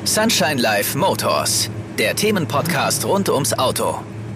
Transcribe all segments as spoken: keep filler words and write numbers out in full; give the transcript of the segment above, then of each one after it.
Sunshine Live Motors, der Themenpodcast rund ums Auto.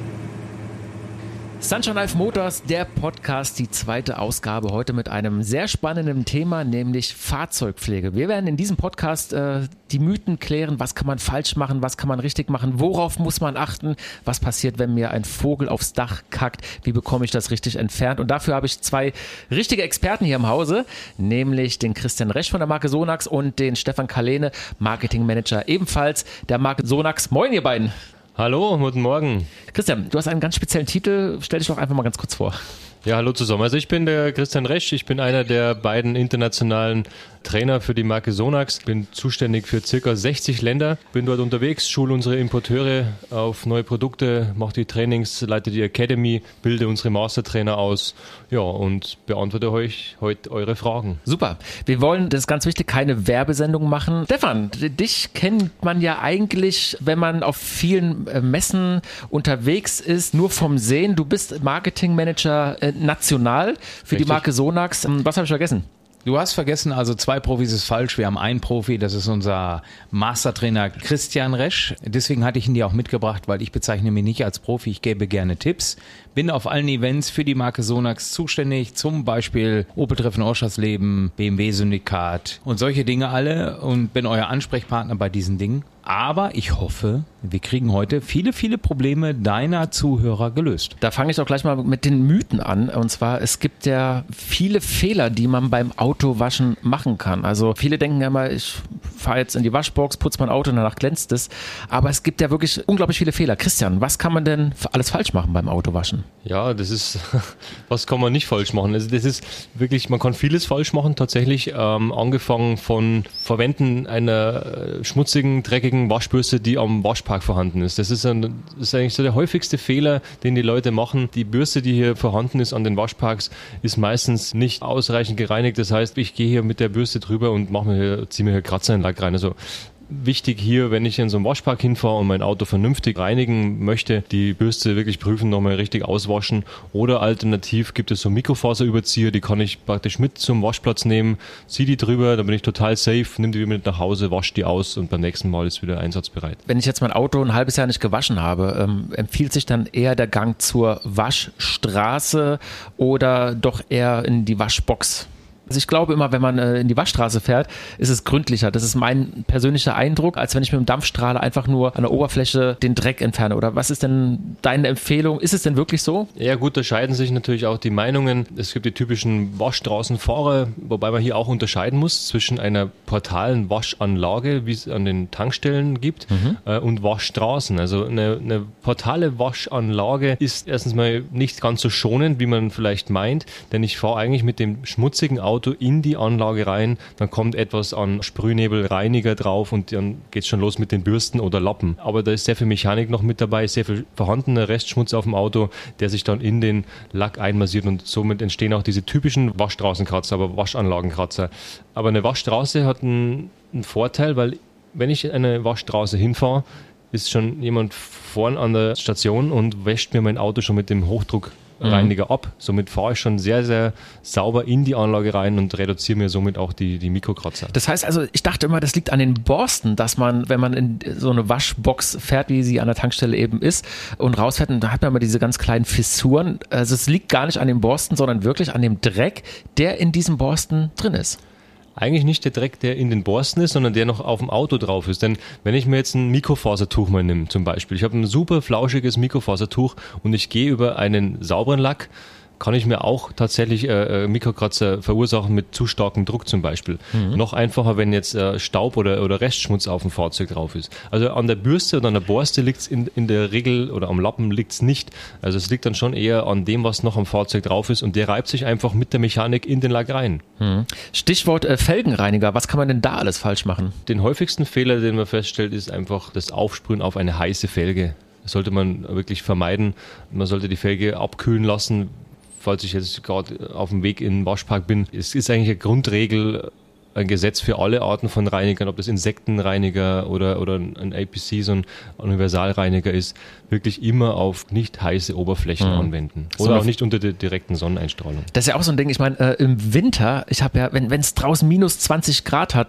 Sunshine Live Motors, der Podcast, die zweite Ausgabe, heute mit einem sehr spannenden Thema, nämlich Fahrzeugpflege. Wir werden in diesem Podcast äh, die Mythen klären, was kann man falsch machen, was kann man richtig machen, worauf muss man achten, was passiert, wenn mir ein Vogel aufs Dach kackt, wie bekomme ich das richtig entfernt. Und dafür habe ich zwei richtige Experten hier im Hause, nämlich den Christian Resch von der Marke Sonax und den Stefan Kalene, Marketingmanager ebenfalls der Marke Sonax. Moin ihr beiden! Hallo, guten Morgen. Christian, du hast einen ganz speziellen Titel. Stell dich doch einfach mal ganz kurz vor. Ja, hallo zusammen. Also ich bin der Christian Resch. Ich bin einer der beiden internationalen Trainer für die Marke Sonax. Bin zuständig für circa sechzig Länder. Bin dort unterwegs, schule unsere Importeure auf neue Produkte, mache die Trainings, leite die Academy, bilde unsere Mastertrainer aus. Ja, und beantworte euch heute eure Fragen. Super. Wir wollen, das ist ganz wichtig, keine Werbesendung machen. Stefan, dich kennt man ja eigentlich, wenn man auf vielen Messen unterwegs ist, nur vom Sehen. Du bist Marketingmanager äh, national für Richtig. Die Marke Sonax. Was habe ich vergessen? Du hast vergessen, also zwei Profis ist falsch. Wir haben einen Profi, das ist unser Mastertrainer Christian Resch. Deswegen hatte ich ihn dir auch mitgebracht, weil ich bezeichne mich nicht als Profi, ich gebe gerne Tipps. Bin auf allen Events für die Marke Sonax zuständig, zum Beispiel Opel-Treffen Oschersleben, B M W-Syndikat und solche Dinge alle und bin euer Ansprechpartner bei diesen Dingen. Aber ich hoffe, wir kriegen heute viele, viele Probleme deiner Zuhörer gelöst. Da fange ich doch gleich mal mit den Mythen an. Und zwar, es gibt ja viele Fehler, die man beim Autowaschen machen kann. Also viele denken ja immer, ich fahre jetzt in die Waschbox, putze mein Auto und danach glänzt es. Aber es gibt ja wirklich unglaublich viele Fehler. Christian, was kann man denn alles falsch machen beim Autowaschen? Ja, das ist, was kann man nicht falsch machen? Also das ist wirklich, man kann vieles falsch machen tatsächlich. Ähm, angefangen von Verwenden einer äh, schmutzigen, dreckigen Waschbürste, die am Waschpark vorhanden ist. Das ist, ein, das ist eigentlich so der häufigste Fehler, den die Leute machen. Die Bürste, die hier vorhanden ist an den Waschparks, ist meistens nicht ausreichend gereinigt. Das heißt, ich gehe hier mit der Bürste drüber und mache mir hier, ziehe mir hier Kratzer in den Lack rein. Also wichtig hier, wenn ich in so einen Waschpark hinfahre und mein Auto vernünftig reinigen möchte, die Bürste wirklich prüfen, nochmal richtig auswaschen. Oder alternativ gibt es so Mikrofaserüberzieher, die kann ich praktisch mit zum Waschplatz nehmen, ziehe die drüber, dann bin ich total safe, nimm die wieder mit nach Hause, wasche die aus und beim nächsten Mal ist wieder einsatzbereit. Wenn ich jetzt mein Auto ein halbes Jahr nicht gewaschen habe, ähm, empfiehlt sich dann eher der Gang zur Waschstraße oder doch eher in die Waschbox? Also ich glaube immer, wenn man äh, in die Waschstraße fährt, ist es gründlicher. Das ist mein persönlicher Eindruck, als wenn ich mit dem Dampfstrahler einfach nur an der Oberfläche den Dreck entferne. Oder was ist denn deine Empfehlung? Ist es denn wirklich so? Ja gut, da scheiden sich natürlich auch die Meinungen. Es gibt die typischen Waschstraßenfahrer, wobei man hier auch unterscheiden muss zwischen einer portalen Waschanlage, wie es an den Tankstellen gibt, mhm. äh, und Waschstraßen. Also eine, eine portale Waschanlage ist erstens mal nicht ganz so schonend, wie man vielleicht meint, denn ich fahre eigentlich mit dem schmutzigen Auto in die Anlage rein, dann kommt etwas an Sprühnebel, Reiniger drauf und dann geht es schon los mit den Bürsten oder Lappen. Aber da ist sehr viel Mechanik noch mit dabei, sehr viel vorhandener Restschmutz auf dem Auto, der sich dann in den Lack einmassiert und somit entstehen auch diese typischen Waschstraßenkratzer, aber Waschanlagenkratzer. Aber eine Waschstraße hat einen, einen Vorteil, weil wenn ich eine Waschstraße hinfahre, ist schon jemand vorn an der Station und wäscht mir mein Auto schon mit dem Hochdruck Reiniger ab. Somit fahre ich schon sehr, sehr sauber in die Anlage rein und reduziere mir somit auch die, die Mikrokratzer. Das heißt also, ich dachte immer, das liegt an den Borsten, dass man, wenn man in so eine Waschbox fährt, wie sie an der Tankstelle eben ist, und rausfährt, und da hat man immer diese ganz kleinen Fissuren. Also es liegt gar nicht an den Borsten, sondern wirklich an dem Dreck, der in diesen Borsten drin ist. Eigentlich nicht der Dreck, der in den Borsten ist, sondern der noch auf dem Auto drauf ist. Denn wenn ich mir jetzt ein Mikrofasertuch mal nehme zum Beispiel, ich habe ein super flauschiges Mikrofasertuch und ich gehe über einen sauberen Lack, kann ich mir auch tatsächlich äh, Mikrokratzer verursachen mit zu starkem Druck zum Beispiel. Mhm. Noch einfacher, wenn jetzt äh, Staub oder, oder Restschmutz auf dem Fahrzeug drauf ist. Also an der Bürste oder an der Borste liegt es in, in der Regel oder am Lappen liegt es nicht. Also es liegt dann schon eher an dem, was noch am Fahrzeug drauf ist und der reibt sich einfach mit der Mechanik in den Lack rein. Mhm. Stichwort äh, Felgenreiniger, was kann man denn da alles falsch machen? Den häufigsten Fehler, den man feststellt, ist einfach das Aufsprühen auf eine heiße Felge. Das sollte man wirklich vermeiden. Man sollte die Felge abkühlen lassen, falls ich jetzt gerade auf dem Weg in den Waschpark bin. Es ist eigentlich eine Grundregel, ein Gesetz für alle Arten von Reinigern, ob das Insektenreiniger oder, oder ein A P C, so ein Universalreiniger ist, wirklich immer auf nicht heiße Oberflächen mhm. anwenden. Oder so auch nicht unter der direkten Sonneneinstrahlung. Das ist ja auch so ein Ding, ich meine, äh, im Winter, ich habe ja, wenn es draußen minus zwanzig Grad hat,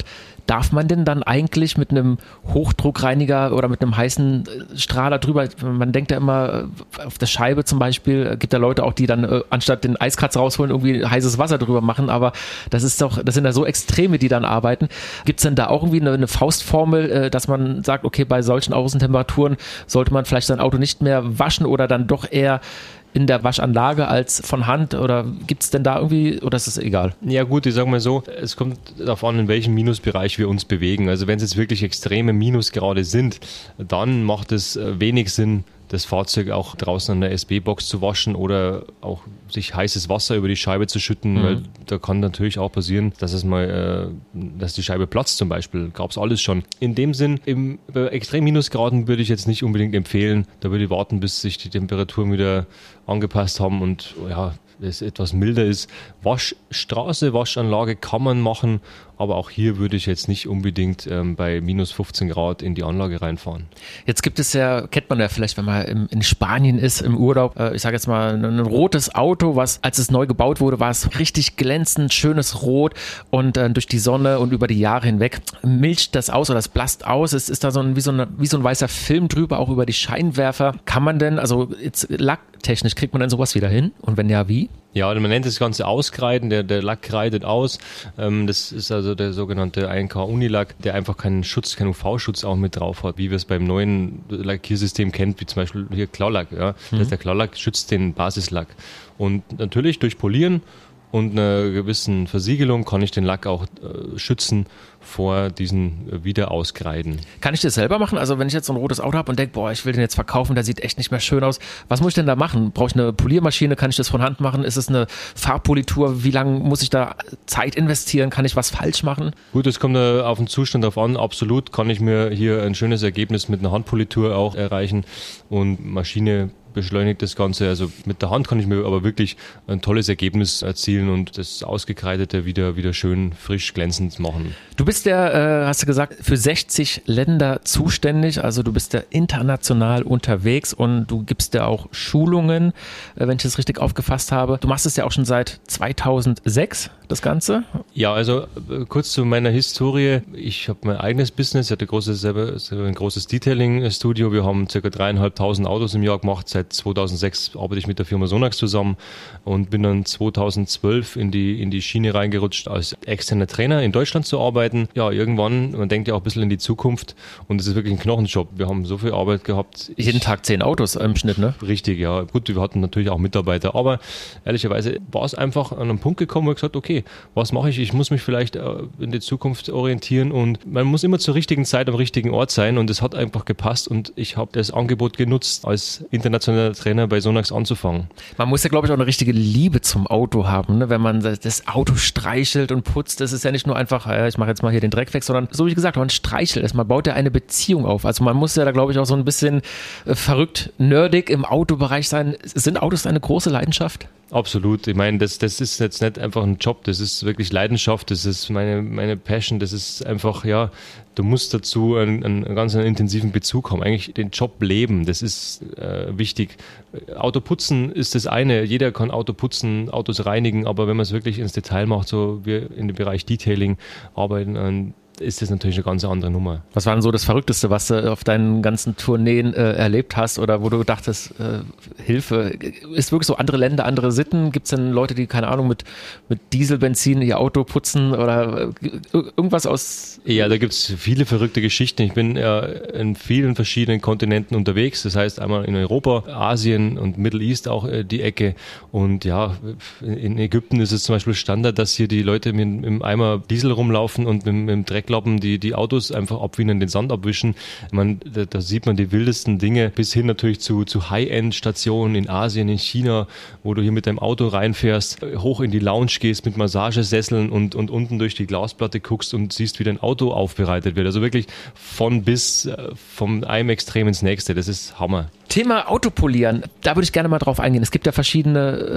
darf man denn dann eigentlich mit einem Hochdruckreiniger oder mit einem heißen Strahler drüber, man denkt ja immer auf der Scheibe zum Beispiel, gibt da Leute auch, die dann äh, anstatt den Eiskratz rausholen, irgendwie heißes Wasser drüber machen, aber das ist doch, das sind ja so Extreme, die dann arbeiten. Gibt es denn da auch irgendwie eine, eine Faustformel, äh, dass man sagt, okay, bei solchen Außentemperaturen sollte man vielleicht sein Auto nicht mehr waschen oder dann doch eher in der Waschanlage als von Hand, oder gibt es denn da irgendwie, oder ist es egal? Ja gut, ich sage mal so, es kommt darauf an, in welchem Minusbereich wir uns bewegen. Also wenn es jetzt wirklich extreme Minusgrade sind, dann macht es wenig Sinn, das Fahrzeug auch draußen an der S B-Box zu waschen oder auch sich heißes Wasser über die Scheibe zu schütten, mhm. weil da kann natürlich auch passieren, dass es mal, äh, dass die Scheibe platzt zum Beispiel. Gab es alles schon. In dem Sinn, im, bei extrem Minusgraden würde ich jetzt nicht unbedingt empfehlen. Da würde ich warten, bis sich die Temperaturen wieder angepasst haben und ja, es etwas milder ist. Waschstraße, Waschanlage kann man machen, aber auch hier würde ich jetzt nicht unbedingt ähm, bei minus fünfzehn Grad in die Anlage reinfahren. Jetzt gibt es ja, kennt man ja vielleicht, wenn man im, in Spanien ist, im Urlaub, äh, ich sage jetzt mal ein, ein rotes Auto, was, als es neu gebaut wurde, war es richtig glänzend, schönes Rot und äh, durch die Sonne und über die Jahre hinweg milcht das aus oder es blasst aus. Es ist da so ein, wie, so eine, wie so ein weißer Film drüber, auch über die Scheinwerfer. Kann man denn, also jetzt lacktechnisch, kriegt man denn sowas wieder hin? Und wenn ja, wie? Ja, man nennt das Ganze Auskreiden, der, der Lack kreidet aus. Ähm, das ist also der sogenannte eins K Unilack, der einfach keinen Schutz, keinen U V-Schutz auch mit drauf hat, wie wir es beim neuen Lackiersystem kennen, wie zum Beispiel hier Klaulack. Ja? Mhm. Das, der Klaulack schützt den Basislack. Und natürlich durch Polieren und einer gewissen Versiegelung kann ich den Lack auch äh, schützen vor diesen äh, Wiederauskreiden. Kann ich das selber machen? Also wenn ich jetzt so ein rotes Auto habe und denke, boah, ich will den jetzt verkaufen, der sieht echt nicht mehr schön aus. Was muss ich denn da machen? Brauche ich eine Poliermaschine? Kann ich das von Hand machen? Ist es eine Farbpolitur? Wie lange muss ich da Zeit investieren? Kann ich was falsch machen? Gut, es kommt äh, auf den Zustand drauf an. Absolut kann ich mir hier ein schönes Ergebnis mit einer Handpolitur auch erreichen und Maschine beschleunigt das Ganze. Also mit der Hand kann ich mir aber wirklich ein tolles Ergebnis erzielen und das Ausgekreidete wieder, wieder schön frisch glänzend machen. Du bist ja, äh, hast du gesagt, für sechzig Länder zuständig, also du bist ja international unterwegs und du gibst ja auch Schulungen, äh, wenn ich das richtig aufgefasst habe. Du machst es ja auch schon seit zweitausendsechs, das Ganze? Ja, also äh, kurz zu meiner Historie. Ich habe mein eigenes Business, ich hatte großes, selber, selber ein großes Detailing-Studio. Wir haben ca. dreieinhalbtausend Autos im Jahr gemacht. Seit zweitausendsechs arbeite ich mit der Firma Sonax zusammen und bin dann zweitausendzwölf in die, in die Schiene reingerutscht, als externer Trainer in Deutschland zu arbeiten. Ja, irgendwann, man denkt ja auch ein bisschen in die Zukunft und es ist wirklich ein Knochenjob. Wir haben so viel Arbeit gehabt. Jeden ich, Tag zehn Autos im Schnitt, ne? Richtig, ja. Gut, wir hatten natürlich auch Mitarbeiter, aber ehrlicherweise war es einfach an einen Punkt gekommen, wo ich gesagt, okay, was mache ich? Ich muss mich vielleicht in die Zukunft orientieren und man muss immer zur richtigen Zeit am richtigen Ort sein und es hat einfach gepasst und ich habe das Angebot genutzt, als internationaler Trainer bei Sonax anzufangen. Man muss ja, glaube ich, auch eine richtige Liebe zum Auto haben, ne? Wenn man das Auto streichelt und putzt. Das ist ja nicht nur einfach, ja, ich mache jetzt mal hier den Dreck weg, sondern so wie gesagt, man streichelt es, man baut ja eine Beziehung auf. Also man muss ja da, glaube ich, auch so ein bisschen äh, verrückt, nerdig im Autobereich sein. Sind Autos eine große Leidenschaft? Absolut. Ich meine, das, das ist jetzt nicht einfach ein Job, das ist wirklich Leidenschaft, das ist meine, meine Passion, das ist einfach, ja, du musst dazu einen, einen ganz einen intensiven Bezug haben, eigentlich den Job leben, das ist äh, wichtig. Auto putzen ist das eine, jeder kann Auto putzen, Autos reinigen, aber wenn man es wirklich ins Detail macht, so wir in dem Bereich Detailing arbeiten, an ist das natürlich eine ganz andere Nummer. Was war denn so das Verrückteste, was du auf deinen ganzen Tourneen äh, erlebt hast oder wo du dachtest, äh, Hilfe, ist wirklich so andere Länder, andere Sitten? Gibt es denn Leute, die, keine Ahnung, mit, mit Dieselbenzin ihr Auto putzen oder äh, irgendwas aus... Ja, da gibt es viele verrückte Geschichten. Ich bin äh, in vielen verschiedenen Kontinenten unterwegs, das heißt einmal in Europa, Asien und Middle East auch äh, die Ecke und ja, in Ägypten ist es zum Beispiel Standard, dass hier die Leute mit, mit einem Eimer Diesel rumlaufen und mit, mit dem Dreck die, die Autos einfach abwienen, den Sand abwischen. Man, da, da sieht man die wildesten Dinge, bis hin natürlich zu, zu High-End-Stationen in Asien, in China, wo du hier mit deinem Auto reinfährst, hoch in die Lounge gehst mit Massagesesseln und, und unten durch die Glasplatte guckst und siehst, wie dein Auto aufbereitet wird. Also wirklich von bis, vom einem Extrem ins nächste. Das ist Hammer. Thema Autopolieren, da würde ich gerne mal drauf eingehen. Es gibt ja verschiedene äh,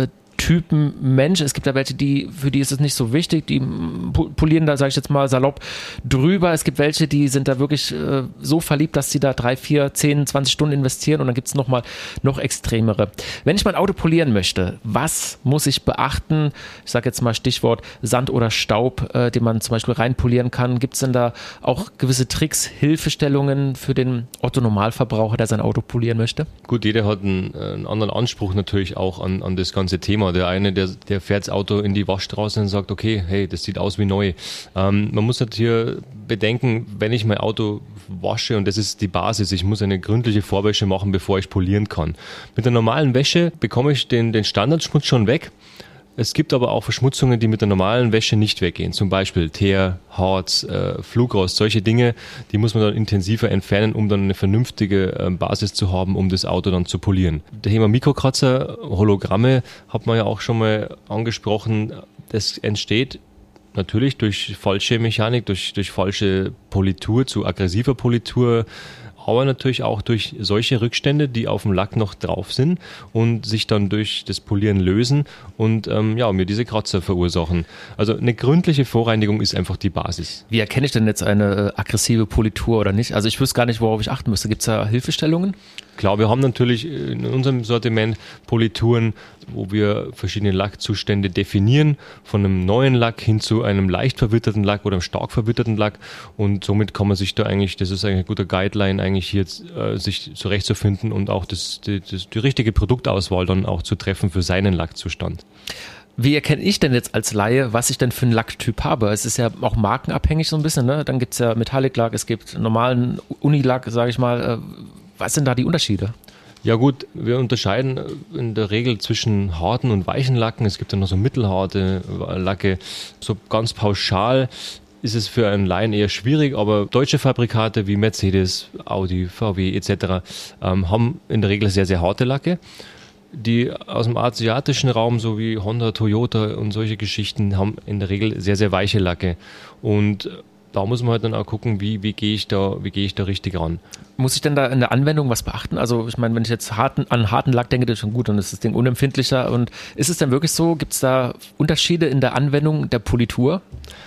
Typen Mensch. Es gibt ja welche, die, für die ist es nicht so wichtig, die polieren da, sage ich jetzt mal salopp, drüber. Es gibt welche, die sind da wirklich äh, so verliebt, dass sie da drei, vier, zehn, zwanzig Stunden investieren und dann gibt es nochmal noch extremere. Wenn ich mein Auto polieren möchte, was muss ich beachten? Ich sage jetzt mal Stichwort Sand oder Staub, äh, den man zum Beispiel reinpolieren kann. Gibt es denn da auch gewisse Tricks, Hilfestellungen für den Otto-Normalverbraucher, der sein Auto polieren möchte? Gut, jeder hat einen, einen anderen Anspruch natürlich auch an, an das ganze Thema. Der eine, der, der fährt das Auto in die Waschstraße und sagt, okay, hey, das sieht aus wie neu. Ähm, man muss halt hier bedenken, wenn ich mein Auto wasche, und das ist die Basis, ich muss eine gründliche Vorwäsche machen, bevor ich polieren kann. Mit der normalen Wäsche bekomme ich den, den Standardschmutz schon weg. Es gibt aber auch Verschmutzungen, die mit der normalen Wäsche nicht weggehen. Zum Beispiel Teer, Harz, äh, Flugrost, solche Dinge, die muss man dann intensiver entfernen, um dann eine vernünftige äh, Basis zu haben, um das Auto dann zu polieren. Das Thema Mikrokratzer, Hologramme hat man ja auch schon mal angesprochen. Das entsteht natürlich durch falsche Mechanik, durch, durch falsche Politur, zu aggressiver Politur, aber natürlich auch durch solche Rückstände, die auf dem Lack noch drauf sind und sich dann durch das Polieren lösen und ähm, ja, mir diese Kratzer verursachen. Also eine gründliche Vorreinigung ist einfach die Basis. Wie erkenne ich denn jetzt eine äh, aggressive Politur oder nicht? Also ich wüsste gar nicht, worauf ich achten müsste. Gibt es da Hilfestellungen? Klar, wir haben natürlich in unserem Sortiment Polituren, wo wir verschiedene Lackzustände definieren, von einem neuen Lack hin zu einem leicht verwitterten Lack oder einem stark verwitterten Lack, und somit kann man sich da eigentlich, das ist eigentlich ein guter Guideline, eigentlich hier äh, sich zurechtzufinden und auch das, die, das, die richtige Produktauswahl dann auch zu treffen für seinen Lackzustand. Wie erkenne ich denn jetzt als Laie, was ich denn für einen Lacktyp habe? Es ist ja auch markenabhängig so ein bisschen, ne? Dann gibt es ja Metallic-Lack, es gibt normalen Unilack, sage ich mal. Was sind da die Unterschiede? Ja gut, wir unterscheiden in der Regel zwischen harten und weichen Lacken. Es gibt ja noch so mittelharte Lacke. So ganz pauschal ist es für einen Laien eher schwierig, aber deutsche Fabrikate wie Mercedes, Audi, V W et cetera ähm, haben in der Regel sehr, sehr harte Lacke. Die aus dem asiatischen Raum, so wie Honda, Toyota und solche Geschichten, haben in der Regel sehr, sehr weiche Lacke. Und da muss man halt dann auch gucken, wie, wie gehe ich da, wie gehe ich da richtig ran. Muss ich denn da in der Anwendung was beachten? Also ich meine, wenn ich jetzt harten, an harten Lack denke, das ist schon gut, dann ist das Ding unempfindlicher. Und ist es denn wirklich so? Gibt es da Unterschiede in der Anwendung der Politur?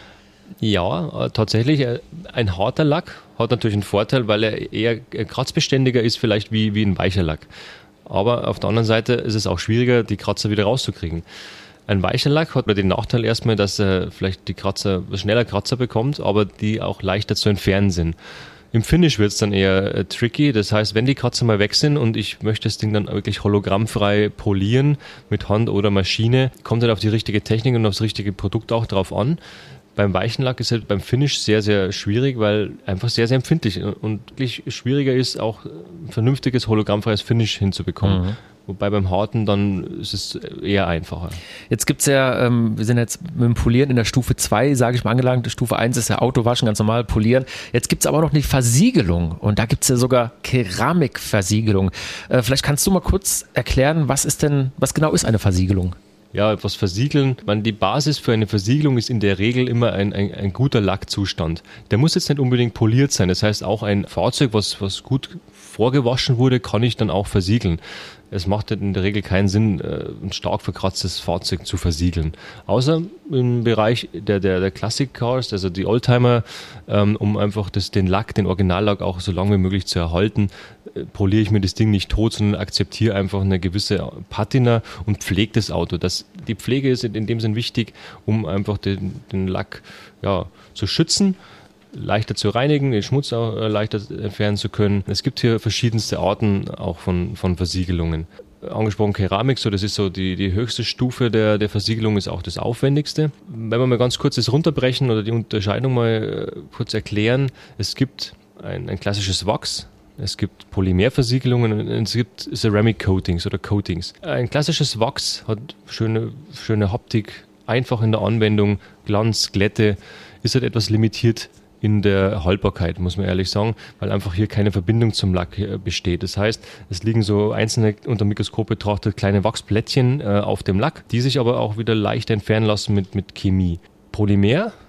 Ja, tatsächlich. Ein harter Lack hat natürlich einen Vorteil, weil er eher kratzbeständiger ist vielleicht wie, wie ein weicher Lack. Aber auf der anderen Seite ist es auch schwieriger, die Kratzer wieder rauszukriegen. Ein weicher Lack hat den Nachteil erstmal, dass er vielleicht die Kratzer, schneller Kratzer bekommt, aber die auch leichter zu entfernen sind. Im Finish wird es dann eher äh, tricky, das heißt, wenn die Kratzer mal weg sind und ich möchte das Ding dann wirklich hologrammfrei polieren mit Hand oder Maschine, kommt dann auf die richtige Technik und aufs richtige Produkt auch drauf an. Beim weichen Lack ist es beim Finish sehr, sehr schwierig, weil einfach sehr, sehr empfindlich und wirklich schwieriger ist, auch ein vernünftiges hologrammfreies Finish hinzubekommen. Mhm. Wobei beim harten dann ist es eher einfacher. Jetzt gibt es ja, ähm, wir sind jetzt mit dem Polieren in der Stufe zwei, sage ich mal, angelangt. Stufe eins ist ja Autowaschen, ganz normal polieren. Jetzt gibt es aber noch eine Versiegelung und da gibt es ja sogar Keramikversiegelung. Äh, vielleicht kannst du mal kurz erklären, was ist denn, was genau ist eine Versiegelung? Ja, etwas versiegeln. Man, die Basis für eine Versiegelung ist in der Regel immer ein, ein, ein guter Lackzustand. Der muss jetzt nicht unbedingt poliert sein. Das heißt, auch ein Fahrzeug, was, was gut vorgewaschen wurde, kann ich dann auch versiegeln. Es macht in der Regel keinen Sinn, ein stark verkratztes Fahrzeug zu versiegeln. Außer im Bereich der, der, der Classic Cars, also die Oldtimer, ähm, um einfach das, den Lack, den Originallack auch so lange wie möglich zu erhalten, äh, poliere ich mir das Ding nicht tot, sondern akzeptiere einfach eine gewisse Patina und pflege das Auto. Das, die Pflege ist in dem Sinn wichtig, um einfach den, den Lack ja, zu schützen, leichter zu reinigen, den Schmutz auch leichter entfernen zu können. Es gibt hier verschiedenste Arten auch von, von Versiegelungen. Angesprochen Keramik, so das ist so die, die höchste Stufe der, der Versiegelung, ist auch das aufwendigste. Wenn wir mal ganz kurz das runterbrechen oder die Unterscheidung mal kurz erklären, es gibt ein, ein klassisches Wachs, es gibt Polymerversiegelungen und es gibt Ceramic Coatings oder Coatings. Ein klassisches Wachs hat schöne, schöne Haptik, einfach in der Anwendung, Glanz, Glätte, ist halt etwas limitiert in der Haltbarkeit, muss man ehrlich sagen, weil einfach hier keine Verbindung zum Lack besteht. Das heißt, es liegen so einzelne unter dem Mikroskop betrachtet kleine Wachsplättchen äh, auf dem Lack, die sich aber auch wieder leicht entfernen lassen mit, mit Chemie. Polymer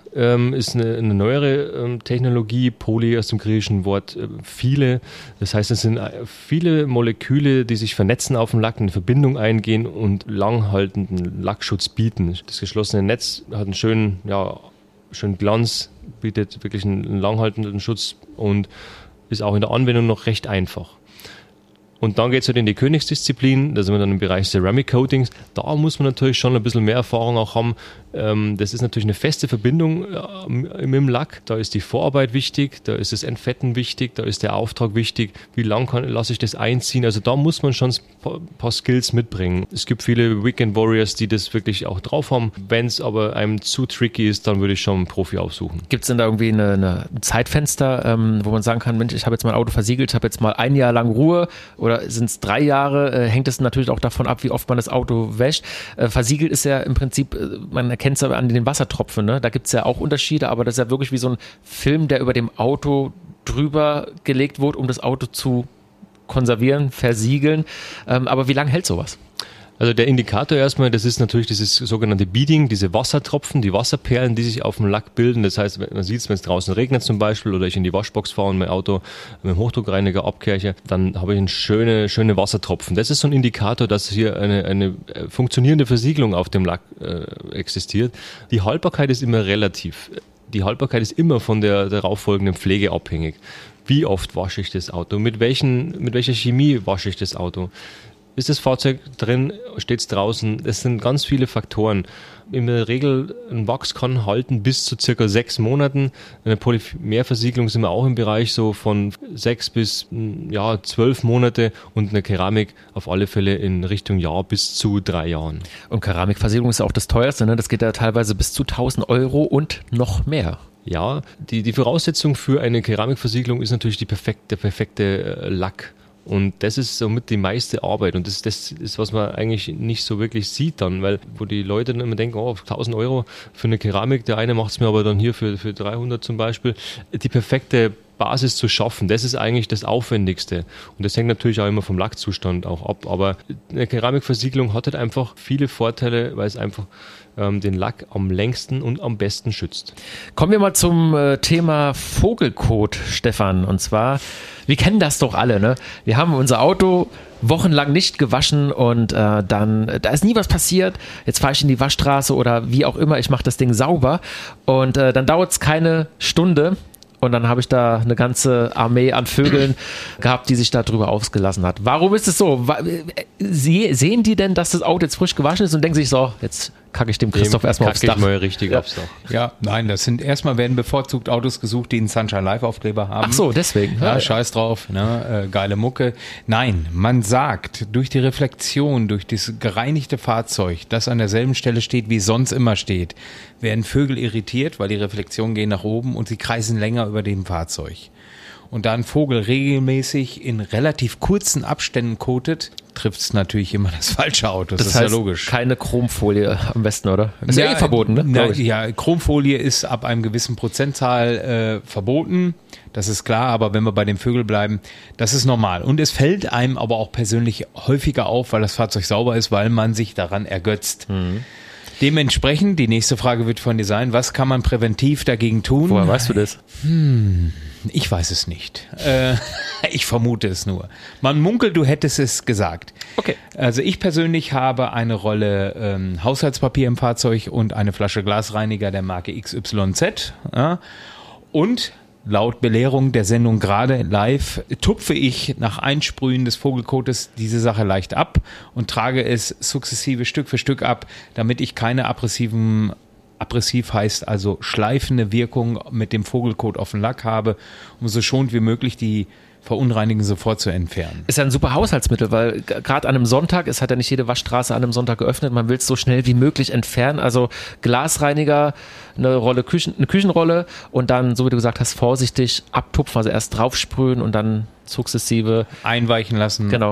ähm, ist eine, eine neuere ähm, Technologie, Poly aus dem griechischen Wort äh, viele. Das heißt, es sind viele Moleküle, die sich vernetzen auf dem Lack, eine Verbindung eingehen und langhaltenden Lackschutz bieten. Das geschlossene Netz hat einen schönen, ja, schönen Glanz, bietet wirklich einen langhaltenden Schutz und ist auch in der Anwendung noch recht einfach. Und dann geht es halt in die Königsdisziplin, da sind wir dann im Bereich Ceramic Coatings. Da muss man natürlich schon ein bisschen mehr Erfahrung auch haben. Ähm, das ist natürlich eine feste Verbindung äh, mit dem Lack. Da ist die Vorarbeit wichtig, da ist das Entfetten wichtig, da ist der Auftrag wichtig. Wie lang lasse ich das einziehen? Also da muss man schon ein paar Skills mitbringen. Es gibt viele Weekend Warriors, die das wirklich auch drauf haben. Wenn es aber einem zu tricky ist, dann würde ich schon einen Profi aufsuchen. Gibt es denn da irgendwie eine, eine ein Zeitfenster, ähm, wo man sagen kann, Mensch, ich habe jetzt mein Auto versiegelt, ich habe jetzt mal ein Jahr lang Ruhe, oder sind es drei Jahre? Äh, hängt es natürlich auch davon ab, wie oft man das Auto wäscht. Äh, versiegelt ist ja im Prinzip, äh, man erkennt es aber an den Wassertropfen, ne? Da gibt es ja auch Unterschiede, aber das ist ja wirklich wie so ein Film, der über dem Auto drüber gelegt wurde, um das Auto zu konservieren, versiegeln. Ähm, aber wie lange hält sowas? Also der Indikator erstmal, das ist natürlich dieses sogenannte Beading, diese Wassertropfen, die Wasserperlen, die sich auf dem Lack bilden. Das heißt, man sieht es, wenn es draußen regnet zum Beispiel oder ich in die Waschbox fahre und mein Auto mit dem Hochdruckreiniger abkehre, dann habe ich eine schöne, schöne Wassertropfen. Das ist so ein Indikator, dass hier eine, eine funktionierende Versiegelung auf dem Lack äh, existiert. Die Haltbarkeit ist immer relativ. Die Haltbarkeit ist immer von der darauf folgenden Pflege abhängig. Wie oft wasche ich das Auto? Mit welchen, mit welcher Chemie wasche ich das Auto? Ist das Fahrzeug drin, steht es draußen? Das sind ganz viele Faktoren. In der Regel, ein Wachs kann halten bis zu circa sechs Monaten. Eine Polymerversiegelung sind wir auch im Bereich so von sechs bis ja, zwölf Monate und eine Keramik auf alle Fälle in Richtung Jahr bis zu drei Jahren. Und Keramikversiegelung ist auch das teuerste, ne? Das geht ja teilweise bis zu tausend Euro und noch mehr. Ja, die, die Voraussetzung für eine Keramikversiegelung ist natürlich die perfekte, der perfekte Lack. Und das ist somit die meiste Arbeit und das, das ist, was man eigentlich nicht so wirklich sieht dann, weil wo die Leute dann immer denken, oh, tausend Euro für eine Keramik, der eine macht es mir aber dann hier für, für dreihundert zum Beispiel. Die perfekte Basis zu schaffen, das ist eigentlich das Aufwendigste. Und das hängt natürlich auch immer vom Lackzustand auch ab. Aber eine Keramikversiegelung hat halt einfach viele Vorteile, weil es einfach ähm, den Lack am längsten und am besten schützt. Kommen wir mal zum äh, Thema Vogelkot, Stefan. Und zwar, wir kennen das doch alle, ne? Wir haben unser Auto wochenlang nicht gewaschen und äh, dann, da ist nie was passiert. Jetzt fahre ich in die Waschstraße oder wie auch immer, ich mache das Ding sauber und äh, dann dauert es keine Stunde. Und dann habe ich da eine ganze Armee an Vögeln gehabt, die sich da drüber ausgelassen hat. Warum ist es so? Sehen die denn, dass das Auto jetzt frisch gewaschen ist und denken sich so, jetzt kacke ich dem Christoph erstmal aufs Dach? Ich mal richtig ja. aufs Dach. Ja, nein, das sind erstmal werden bevorzugt Autos gesucht, die einen Sunshine Live Aufkleber haben. Ach so, deswegen. Ja, ja. Scheiß drauf, ne? äh, geile Mucke. Nein, man sagt, durch die Reflexion, durch das gereinigte Fahrzeug, das an derselben Stelle steht, wie es sonst immer steht, werden Vögel irritiert, weil die Reflexionen gehen nach oben und sie kreisen länger über dem Fahrzeug. Und da ein Vogel regelmäßig in relativ kurzen Abständen kotet, trifft es natürlich immer das falsche Auto. Das, das ist heißt, ja logisch. Keine Chromfolie am besten, oder? Ist ja, ja eh verboten, ne? Na, ja, Chromfolie ist ab einem gewissen Prozentzahl äh, verboten. Das ist klar, aber wenn wir bei den Vögeln bleiben, das ist normal. Und es fällt einem aber auch persönlich häufiger auf, weil das Fahrzeug sauber ist, weil man sich daran ergötzt. Mhm. Dementsprechend, die nächste Frage wird von dir sein, was kann man präventiv dagegen tun? Woher weißt du das? Hm, ich weiß es nicht. Äh, ich vermute es nur. Man munkelt, du hättest es gesagt. Okay. Also ich persönlich habe eine Rolle ähm, Haushaltspapier im Fahrzeug und eine Flasche Glasreiniger der Marke X Y Z. Ja, und laut Belehrung der Sendung gerade live tupfe ich nach Einsprühen des Vogelkotes diese Sache leicht ab und trage es sukzessive Stück für Stück ab, damit ich keine aggressiven, aggressiv heißt also schleifende Wirkung mit dem Vogelkot auf dem Lack habe, um so schonend wie möglich die Verunreinigen sofort zu entfernen. Ist ja ein super Haushaltsmittel, weil gerade an einem Sonntag, es hat ja nicht jede Waschstraße an einem Sonntag geöffnet, man will es so schnell wie möglich entfernen, also Glasreiniger, eine Rolle Küchen, eine Küchenrolle und dann, so wie du gesagt hast, vorsichtig abtupfen, also erst draufsprühen und dann sukzessive einweichen lassen. Genau.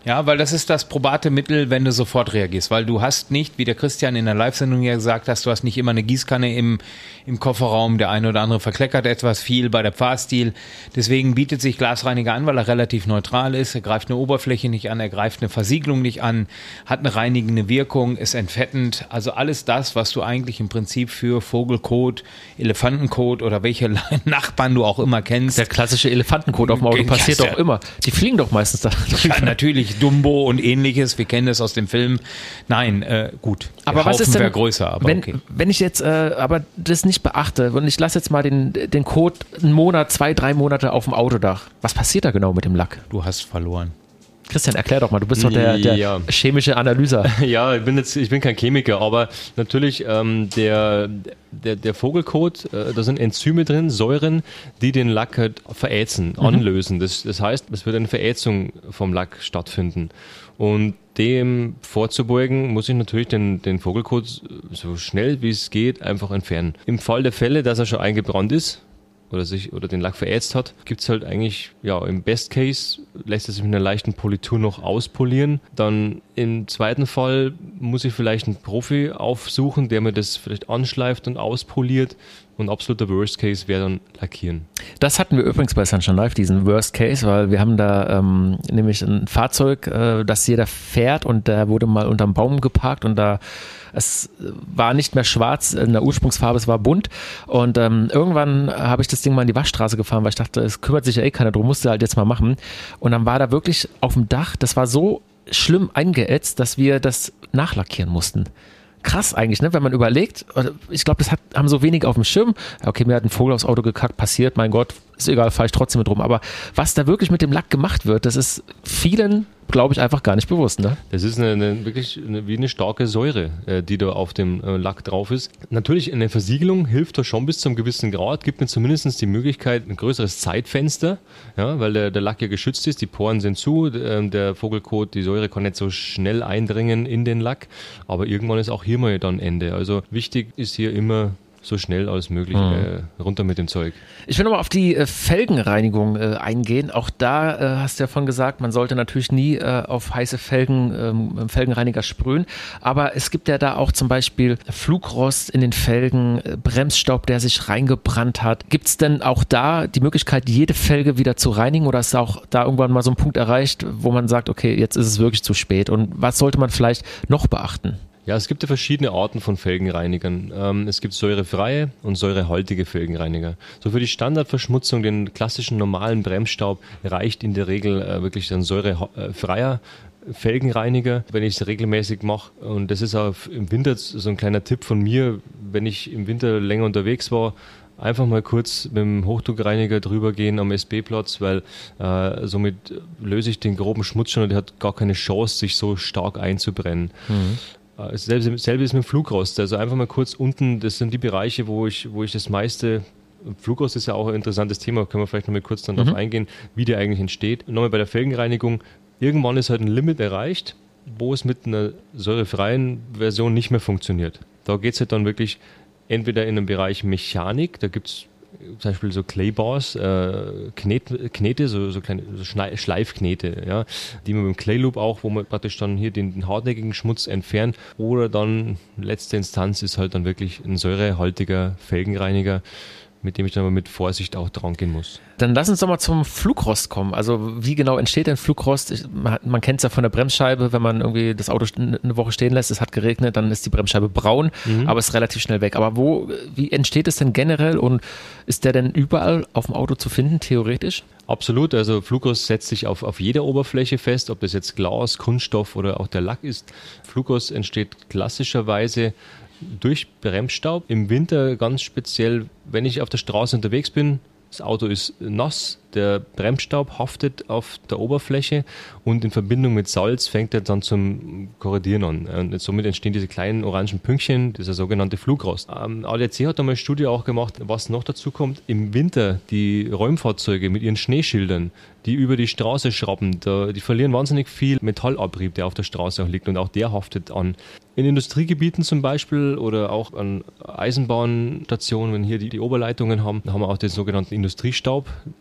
Ja, weil das ist das probate Mittel, wenn du sofort reagierst, weil du hast nicht, wie der Christian in der Live-Sendung ja gesagt hat, du hast nicht immer eine Gießkanne im, im Kofferraum, der eine oder andere verkleckert etwas viel bei der Fahrstil. Deswegen bietet sich Glasreiniger an, weil er relativ neutral ist, er greift eine Oberfläche nicht an, er greift eine Versiegelung nicht an, hat eine reinigende Wirkung, ist entfettend, also alles das, was du eigentlich im Prinzip für Vogelkot, Elefantenkot oder welche Nachbarn du auch immer kennst. Der klassische Elefantenkot auf dem Auto passiert doch immer. Die fliegen doch meistens da. Ja, natürlich. Dumbo und ähnliches, wir kennen das aus dem Film. Nein, äh, gut. Aber der was Haufen ist denn, wäre größer, aber wenn, okay. wenn ich jetzt äh, aber das nicht beachte und ich lasse jetzt mal den, den Code einen Monat, zwei, drei Monate auf dem Autodach, was passiert da genau mit dem Lack? Du hast verloren. Christian, erklär doch mal, du bist doch der, der ja. chemische Analyser. Ja, ich bin jetzt, ich bin kein Chemiker, aber natürlich ähm, der, der, der Vogelkot, äh, da sind Enzyme drin, Säuren, die den Lack halt verätzen, mhm. anlösen. Das, das heißt, es wird eine Verätzung vom Lack stattfinden. Und dem vorzubeugen, muss ich natürlich den, den Vogelkot so schnell wie es geht einfach entfernen. Im Fall der Fälle, dass er schon eingebrannt ist, oder sich oder den Lack verätzt hat, gibt es halt eigentlich, ja, im Best Case lässt es sich mit einer leichten Politur noch auspolieren. Dann im zweiten Fall muss ich vielleicht einen Profi aufsuchen, der mir das vielleicht anschleift und auspoliert. Und absoluter Worst Case wäre dann lackieren. Das hatten wir übrigens bei Sunshine Live, diesen Worst Case, weil wir haben da ähm, nämlich ein Fahrzeug, äh, das jeder fährt und der wurde mal unterm Baum geparkt und da es war nicht mehr schwarz in der Ursprungsfarbe, es war bunt und ähm, irgendwann habe ich das Ding mal in die Waschstraße gefahren, weil ich dachte, es kümmert sich ja eh keiner drum, musste halt jetzt mal machen und dann war da wirklich auf dem Dach, das war so schlimm eingeätzt, dass wir das nachlackieren mussten. Krass eigentlich, ne? Wenn man überlegt, ich glaube, das hat, haben so wenig auf dem Schirm. Okay, mir hat ein Vogel aufs Auto gekackt, passiert, mein Gott, ist egal, fahre ich trotzdem mit rum. Aber was da wirklich mit dem Lack gemacht wird, das ist vielen, glaube ich, einfach gar nicht bewusst. Ne? Das ist eine, eine, wirklich eine, wie eine starke Säure, äh, die da auf dem äh, Lack drauf ist. Natürlich, eine Versiegelung hilft da schon bis zu einem gewissen Grad, gibt mir zumindest die Möglichkeit, ein größeres Zeitfenster, ja, weil der, der Lack ja geschützt ist, die Poren sind zu, äh, der Vogelkot, die Säure kann nicht so schnell eindringen in den Lack, aber irgendwann ist auch hier mal dann Ende. Also wichtig ist hier immer so schnell als möglich mhm. äh, runter mit dem Zeug. Ich will nochmal auf die äh, Felgenreinigung äh, eingehen. Auch da äh, hast du ja von gesagt, man sollte natürlich nie äh, auf heiße Felgen ähm, Felgenreiniger sprühen. Aber es gibt ja da auch zum Beispiel Flugrost in den Felgen, äh, Bremsstaub, der sich reingebrannt hat. Gibt es denn auch da die Möglichkeit, jede Felge wieder zu reinigen oder ist auch da irgendwann mal so ein Punkt erreicht, wo man sagt, okay, jetzt ist es wirklich zu spät? Und was sollte man vielleicht noch beachten? Ja, es gibt ja verschiedene Arten von Felgenreinigern. Ähm, es gibt säurefreie und säurehaltige Felgenreiniger. So für die Standardverschmutzung, den klassischen normalen Bremsstaub, reicht in der Regel äh, wirklich ein säurefreier Felgenreiniger, wenn ich es regelmäßig mache. Und das ist auch im Winter so ein kleiner Tipp von mir, wenn ich im Winter länger unterwegs war, einfach mal kurz mit dem Hochdruckreiniger drüber gehen am S B-Platz, weil äh, somit löse ich den groben Schmutz schon und der hat gar keine Chance, sich so stark einzubrennen. Mhm. Selbe, selbe ist mit dem Flugrost. Also einfach mal kurz unten, das sind die Bereiche, wo ich, wo ich das meiste, Flugrost ist ja auch ein interessantes Thema, können wir vielleicht noch mal kurz dann mhm. darauf eingehen, wie der eigentlich entsteht. Nochmal bei der Felgenreinigung, irgendwann ist halt ein Limit erreicht, wo es mit einer säurefreien Version nicht mehr funktioniert. Da geht es halt dann wirklich entweder in den Bereich Mechanik, da gibt es zum Beispiel so Claybars, äh, Knet, Knete, so, so kleine so Schleifknete, ja, die man mit dem Clayloop auch, wo man praktisch dann hier den, den hartnäckigen Schmutz entfernt. Oder dann letzte Instanz ist halt dann wirklich ein säurehaltiger Felgenreiniger, mit dem ich dann aber mit Vorsicht auch dran gehen muss. Dann lass uns doch mal zum Flugrost kommen. Also wie genau entsteht denn Flugrost? Ich, man man kennt es ja von der Bremsscheibe, wenn man irgendwie das Auto eine Woche stehen lässt, es hat geregnet, dann ist die Bremsscheibe braun, mhm. aber es ist relativ schnell weg. Aber wo, wie entsteht es denn generell und ist der denn überall auf dem Auto zu finden, theoretisch? Absolut, also Flugrost setzt sich auf, auf jeder Oberfläche fest, ob das jetzt Glas, Kunststoff oder auch der Lack ist. Flugrost entsteht klassischerweise durch Bremsstaub. Im Winter ganz speziell, wenn ich auf der Straße unterwegs bin, das Auto ist nass, der Bremsstaub haftet auf der Oberfläche und in Verbindung mit Salz fängt er dann zum Korrodieren an. Und somit entstehen diese kleinen orangen Pünktchen, dieser sogenannte Flugrost. Ähm, A D A C hat da mal eine Studie auch gemacht, was noch dazu kommt. Im Winter die Räumfahrzeuge mit ihren Schneeschildern, die über die Straße schrappen, da, die verlieren wahnsinnig viel Metallabrieb, der auf der Straße auch liegt und auch der haftet an. In Industriegebieten zum Beispiel oder auch an Eisenbahnstationen, wenn hier die, die Oberleitungen haben, haben wir auch den sogenannten Industriestaub, der hier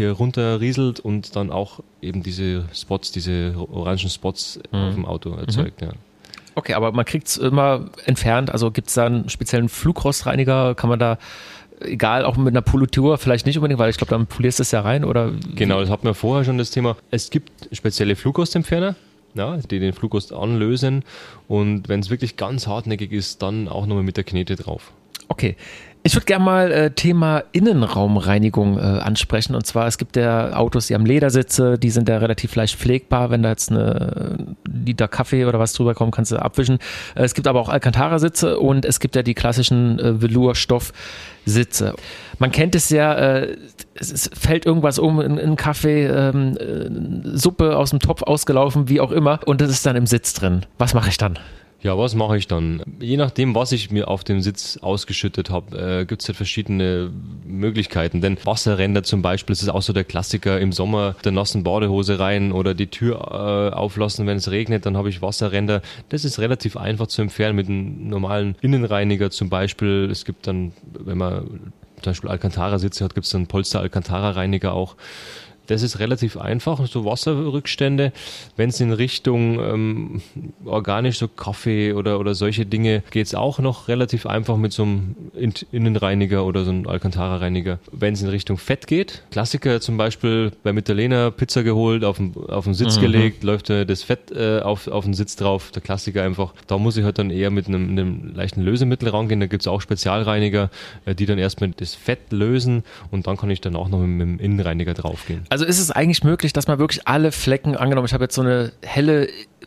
runterrieselt und dann auch eben diese Spots, diese orangen Spots mhm. auf dem Auto erzeugt. Mhm. Ja. Okay, aber man kriegt es immer entfernt, also gibt es da einen speziellen Flugrostreiniger, kann man da, egal, auch mit einer Politur, vielleicht nicht unbedingt, weil ich glaube, dann polierst du es ja rein, oder? Genau, das hatten wir vorher schon das Thema. Es gibt spezielle Flugrostentferner, ja, die den Flugrost anlösen, und wenn es wirklich ganz hartnäckig ist, dann auch nochmal mit der Knete drauf. Okay. Ich würde gerne mal äh, Thema Innenraumreinigung äh, ansprechen, und zwar, es gibt ja Autos, die haben Ledersitze, die sind ja relativ leicht pflegbar, wenn da jetzt eine Liter Kaffee oder was drüber kommt, kannst du abwischen. Äh, es gibt aber auch Alcantara-Sitze und es gibt ja die klassischen äh, Velour-Stoff-Sitze. Man kennt es ja, äh, es, es fällt irgendwas um, in, in Kaffee, ähm, äh, Suppe aus dem Topf ausgelaufen, wie auch immer, und das ist dann im Sitz drin. Was mache ich dann? Ja, was mache ich dann? Je nachdem, was ich mir auf dem Sitz ausgeschüttet habe, äh, gibt es halt verschiedene Möglichkeiten. Denn Wasserränder zum Beispiel, das ist auch so der Klassiker im Sommer, der nassen Badehose rein oder die Tür äh, auflassen, wenn es regnet, dann habe ich Wasserränder. Das ist relativ einfach zu entfernen mit einem normalen Innenreiniger zum Beispiel. Es gibt dann, wenn man zum Beispiel Alcantara-Sitze hat, gibt es dann Polster-Alcantara-Reiniger auch. Das ist relativ einfach, so Wasserrückstände. Wenn es in Richtung ähm, organisch, so Kaffee oder, oder solche Dinge, geht es auch noch relativ einfach mit so einem Innenreiniger oder so einem Alcantara-Reiniger. Wenn es in Richtung Fett geht, Klassiker zum Beispiel bei Mitterlehner, Pizza geholt, auf den, auf den Sitz mhm. gelegt, läuft äh, das Fett äh, auf, auf den Sitz drauf, der Klassiker einfach. Da muss ich halt dann eher mit einem, einem leichten Lösemittel rangehen, da gibt es auch Spezialreiniger, äh, die dann erstmal das Fett lösen, und dann kann ich dann auch noch mit, mit dem Innenreiniger draufgehen. Also ist es eigentlich möglich, dass man wirklich alle Flecken, angenommen, ich habe jetzt so eine helle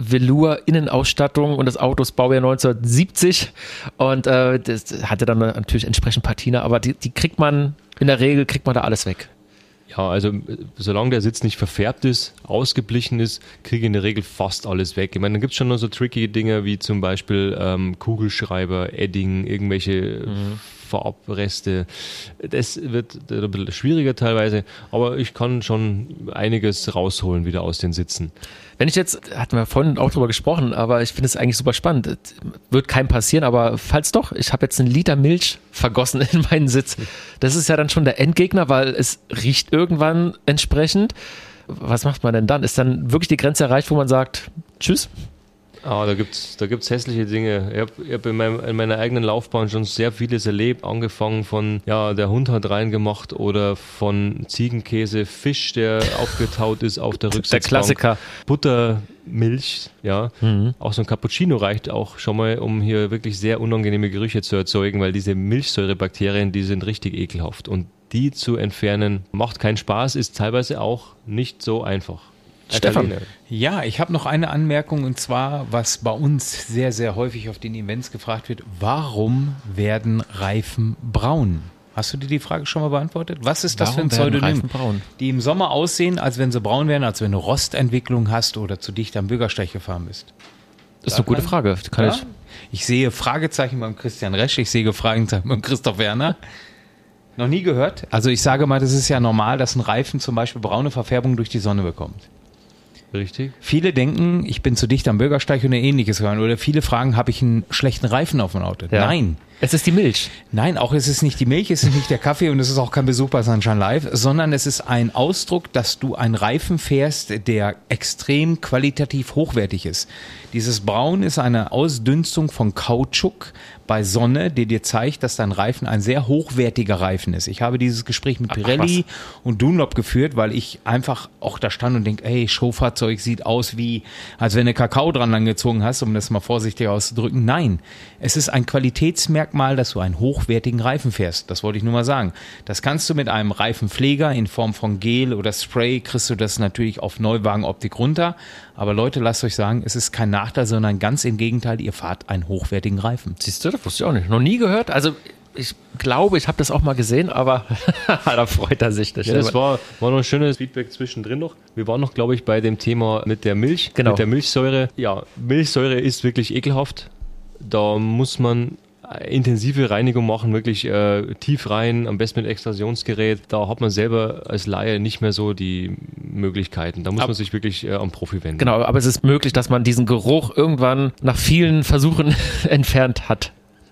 Velour-Innenausstattung und das Auto ist Baujahr neunzehnhundertsiebzig und äh, das hatte dann natürlich entsprechend Patina, aber die, die kriegt man, in der Regel kriegt man da alles weg. Ja, also solange der Sitz nicht verfärbt ist, ausgeblichen ist, kriege ich in der Regel fast alles weg. Ich meine, dann gibt es schon noch so tricky Dinge wie zum Beispiel ähm, Kugelschreiber, Edding, irgendwelche mhm. Farbreste. Das wird ein bisschen schwieriger teilweise, aber ich kann schon einiges rausholen wieder aus den Sitzen. Wenn ich jetzt, hatten wir vorhin auch drüber gesprochen, aber ich finde es eigentlich super spannend. Wird keinem passieren, aber falls doch, ich habe jetzt einen Liter Milch vergossen in meinen Sitz. Das ist ja dann schon der Endgegner, weil es riecht irgendwann entsprechend. Was macht man denn dann? Ist dann wirklich die Grenze erreicht, wo man sagt, tschüss? Ah, da gibt's, da gibt's hässliche Dinge. Ich habe hab in, meinem, in meiner eigenen Laufbahn schon sehr vieles erlebt, angefangen von, ja, der Hund hat reingemacht oder von Ziegenkäse, Fisch, der aufgetaut ist auf der Rücksitzbank. Der Klassiker. Buttermilch, ja. Mhm. Auch so ein Cappuccino reicht auch schon mal, um hier wirklich sehr unangenehme Gerüche zu erzeugen, weil diese Milchsäurebakterien, die sind richtig ekelhaft. Und die zu entfernen, macht keinen Spaß, ist teilweise auch nicht so einfach. Stefan. Ja, ich habe noch eine Anmerkung, und zwar, was bei uns sehr, sehr häufig auf den Events gefragt wird: Warum werden Reifen braun? Hast du dir die Frage schon mal beantwortet? Was ist das Warum für ein Pseudonym? Braun? Die im Sommer aussehen, als wenn sie braun wären, als wenn du Rostentwicklung hast oder zu dicht am Bürgersteig gefahren bist. Das ist eine gute Frage. Kann ja? ich ich sehe Fragezeichen beim Christian Resch, ich sehe Fragezeichen beim Christoph Werner. Noch nie gehört? Also ich sage mal, das ist ja normal, dass ein Reifen zum Beispiel braune Verfärbung durch die Sonne bekommt. Richtig. Viele denken, ich bin zu dicht am Bürgersteig oder ähnliches hören. Oder viele fragen, habe ich einen schlechten Reifen auf dem Auto? Ja. Nein. Es ist die Milch. Nein, auch es ist nicht die Milch, es ist nicht der Kaffee und es ist auch kein Besuch bei Sunshine Live, sondern es ist ein Ausdruck, dass du einen Reifen fährst, der extrem qualitativ hochwertig ist. Dieses Braun ist eine Ausdünstung von Kautschuk bei Sonne, die dir zeigt, dass dein Reifen ein sehr hochwertiger Reifen ist. Ich habe dieses Gespräch mit Pirelli Ach, und Dunlop geführt, weil ich einfach auch da stand und denke, ey, Showfahrzeug sieht aus wie, als wenn du Kakao dran langgezogen hast, um das mal vorsichtig auszudrücken. Nein, es ist ein Qualitätsmerkmal, dass du einen hochwertigen Reifen fährst. Das wollte ich nur mal sagen. Das kannst du mit einem Reifenpfleger in Form von Gel oder Spray, kriegst du das natürlich auf Neuwagenoptik runter. Aber Leute, lasst euch sagen, es ist kein Nachteil, sondern ganz im Gegenteil, ihr fahrt einen hochwertigen Reifen. Siehst du, das wusste ich auch nicht. Noch nie gehört. Also ich glaube, ich habe das auch mal gesehen, aber da freut er sich. Ja, das war, war noch ein schönes Feedback zwischendrin noch. Wir waren noch, glaube ich, bei dem Thema mit der Milch, genau. mit der Milchsäure. Ja, Milchsäure ist wirklich ekelhaft. Da muss man intensive Reinigung machen, wirklich äh, tief rein, am besten mit Extrusionsgerät. Da hat man selber als Laie nicht mehr so die Möglichkeiten. Da muss aber, man sich wirklich äh, am Profi wenden. Genau, aber es ist möglich, dass man diesen Geruch irgendwann nach vielen Versuchen entfernt hat.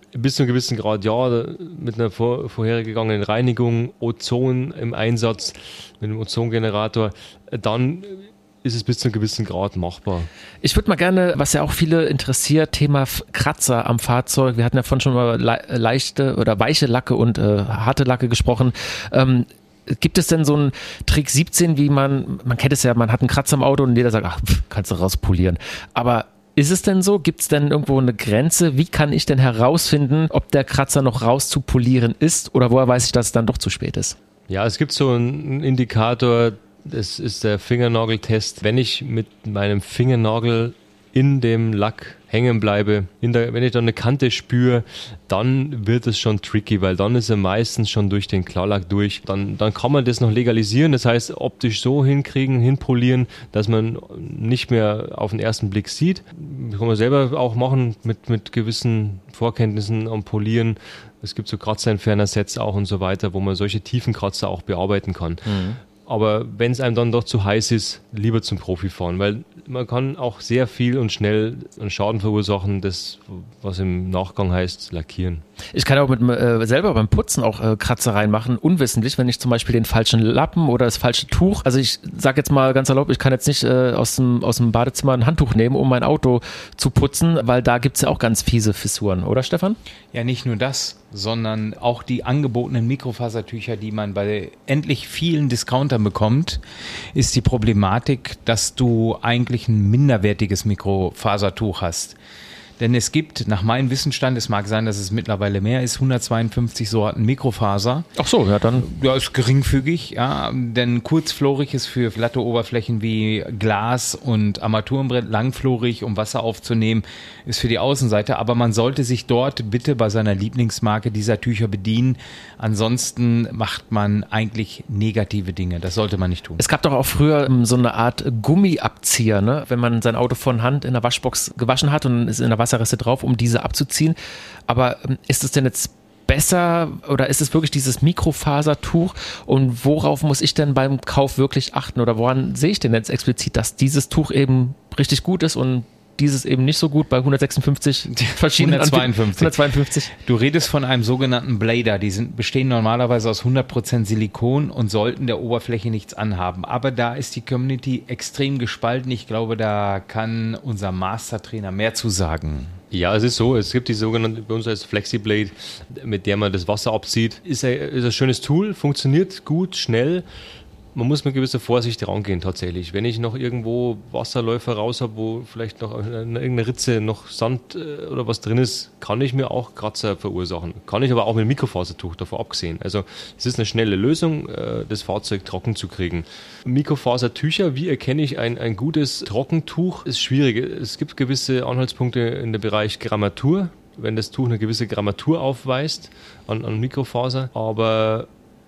bis zu einem gewissen Grad ja, mit einer vor, vorhergegangenen Reinigung, Ozon im Einsatz, mit einem Ozongenerator, dann ist es bis zu einem gewissen Grad machbar. Ich würde mal gerne, was ja auch viele interessiert, Thema Kratzer am Fahrzeug. Wir hatten ja vorhin schon mal le- leichte oder weiche Lacke und äh, harte Lacke gesprochen. Ähm, Gibt es denn so einen Trick siebzehn, wie man, man kennt es ja, man hat einen Kratzer am Auto und jeder sagt, ach, pff, kannst du rauspolieren. Aber ist es denn so? Gibt es denn irgendwo eine Grenze? Wie kann ich denn herausfinden, ob der Kratzer noch rauszupolieren ist oder woher weiß ich, dass es dann doch zu spät ist? Ja, es gibt so einen Indikator, das ist der Fingernageltest. Wenn ich mit meinem Fingernagel in dem Lack hängen bleibe, in der, wenn ich dann eine Kante spüre, dann wird es schon tricky, weil dann ist er meistens schon durch den Klarlack durch. Dann, dann kann man das noch legalisieren, das heißt optisch so hinkriegen, hinpolieren, dass man nicht mehr auf den ersten Blick sieht. Das kann man selber auch machen mit, mit gewissen Vorkenntnissen am Polieren. Es gibt so Kratzerentferner-Sets auch und so weiter, wo man solche tiefen Kratzer auch bearbeiten kann. Mhm. Aber wenn es einem dann doch zu heiß ist, lieber zum Profi fahren, weil man kann auch sehr viel und schnell einen Schaden verursachen, das, was im Nachgang heißt, lackieren. Ich kann auch mit äh, selber beim Putzen auch äh, Kratzereien machen, unwissentlich, wenn ich zum Beispiel den falschen Lappen oder das falsche Tuch, also ich sage jetzt mal ganz erlaubt, ich kann jetzt nicht äh, aus dem, aus dem Badezimmer ein Handtuch nehmen, um mein Auto zu putzen, weil da gibt es ja auch ganz fiese Fissuren, oder Stefan? Ja, nicht nur das, sondern auch die angebotenen Mikrofasertücher, die man bei endlich vielen Discountern bekommt, ist die Problematik, dass du eigentlich ein minderwertiges Mikrofasertuch hast. Denn es gibt, nach meinem Wissensstand, es mag sein, dass es mittlerweile mehr ist, hundertzweiundfünfzig Sorten Mikrofaser. Ach so, ja dann. Ja, ist geringfügig, ja, denn kurzflorig ist für glatte Oberflächen wie Glas und Armaturenbrett, langflorig, um Wasser aufzunehmen, ist für die Außenseite. Aber man sollte sich dort bitte bei seiner Lieblingsmarke dieser Tücher bedienen. Ansonsten macht man eigentlich negative Dinge. Das sollte man nicht tun. Es gab doch auch früher so eine Art Gummiabzieher, ne? Wenn man sein Auto von Hand in der Waschbox gewaschen hat und ist in der Wasserreste drauf, um diese abzuziehen. Aber ist es denn jetzt besser oder ist es wirklich dieses Mikrofasertuch und worauf muss ich denn beim Kauf wirklich achten oder woran sehe ich denn jetzt explizit, dass dieses Tuch eben richtig gut ist und dieses eben nicht so gut bei hundertsechsundfünfzig verschiedenen hundertzweiundfünfzig. hundertzweiundfünfzig. Du redest von einem sogenannten Blader. Die sind, bestehen normalerweise aus hundert Prozent Silikon und sollten der Oberfläche nichts anhaben. Aber da ist die Community extrem gespalten. Ich glaube, da kann unser Mastertrainer mehr zu sagen. Ja, es ist so, es gibt die sogenannte, bei uns als Flexiblade, mit der man das Wasser abzieht. Ist ein, ist ein schönes Tool, funktioniert gut, schnell. Man muss mit gewisser Vorsicht rangehen tatsächlich. Wenn ich noch irgendwo Wasserläufer raus habe, wo vielleicht noch in irgendeiner Ritze noch Sand oder was drin ist, kann ich mir auch Kratzer verursachen. Kann ich aber auch mit einem Mikrofasertuch davor abgesehen. Also es ist eine schnelle Lösung, das Fahrzeug trocken zu kriegen. Mikrofasertücher, wie erkenne ich ein, ein gutes Trockentuch, ist schwierig. Es gibt gewisse Anhaltspunkte in dem Bereich Grammatur, wenn das Tuch eine gewisse Grammatur aufweist an, an Mikrofaser, aber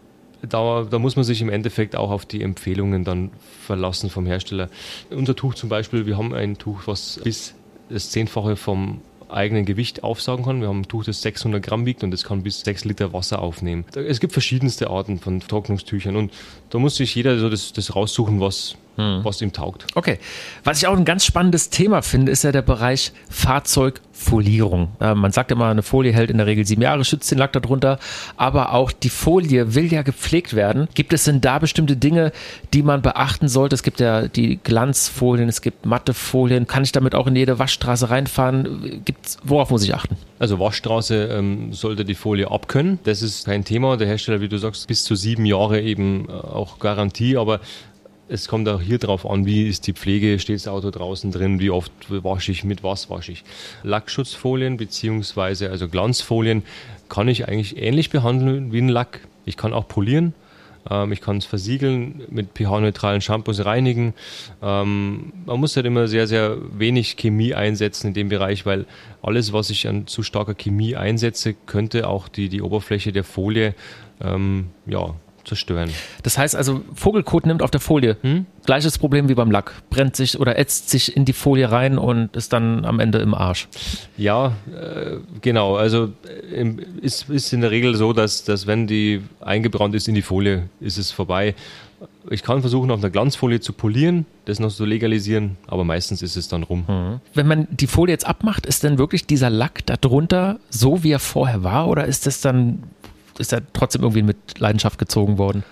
Da, da muss man sich im Endeffekt auch auf die Empfehlungen dann verlassen vom Hersteller. Unser Tuch zum Beispiel, wir haben ein Tuch, was bis das Zehnfache vom eigenen Gewicht aufsaugen kann. Wir haben ein Tuch, das sechshundert Gramm wiegt und das kann bis sechs Liter Wasser aufnehmen. Es gibt verschiedenste Arten von Trocknungstüchern und da muss sich jeder so das, das raussuchen, was, hm. was ihm taugt. Okay. Was ich auch ein ganz spannendes Thema finde, ist ja der Bereich Fahrzeugfolierung. Äh, man sagt immer, eine Folie hält in der Regel sieben Jahre, schützt den Lack darunter, aber auch die Folie will ja gepflegt werden. Gibt es denn da bestimmte Dinge, die man beachten sollte? Es gibt ja die Glanzfolien, es gibt Mattefolien. Kann ich damit auch in jede Waschstraße reinfahren? Gibt's, worauf muss ich achten? Also Waschstraße ähm, sollte die Folie abkönnen. Das ist kein Thema. Der Hersteller, wie du sagst, bis zu sieben Jahre eben äh, auch Garantie, aber es kommt auch hier drauf an, wie ist die Pflege, steht das Auto draußen drin, wie oft wasche ich, mit was wasche ich. Lackschutzfolien beziehungsweise also Glanzfolien kann ich eigentlich ähnlich behandeln wie ein Lack. Ich kann auch polieren, ähm, ich kann es versiegeln, mit pH-neutralen Shampoos reinigen. Ähm, man muss halt immer sehr, sehr wenig Chemie einsetzen in dem Bereich, weil alles, was ich an zu starker Chemie einsetze, könnte auch die, die Oberfläche der Folie ähm, ja, zerstören. Das heißt also, Vogelkot nimmt auf der Folie. Hm? Gleiches Problem wie beim Lack. Brennt sich oder ätzt sich in die Folie rein und ist dann am Ende im Arsch. Ja, äh, genau. Also äh, ist, ist in der Regel so, dass, dass wenn die eingebrannt ist in die Folie, ist es vorbei. Ich kann versuchen, auf einer Glanzfolie zu polieren, das noch zu legalisieren, aber meistens ist es dann rum. Mhm. Wenn man die Folie jetzt abmacht, ist denn wirklich dieser Lack darunter so, wie er vorher war, oder ist das dann, ist er trotzdem irgendwie mit Leidenschaft gezogen worden?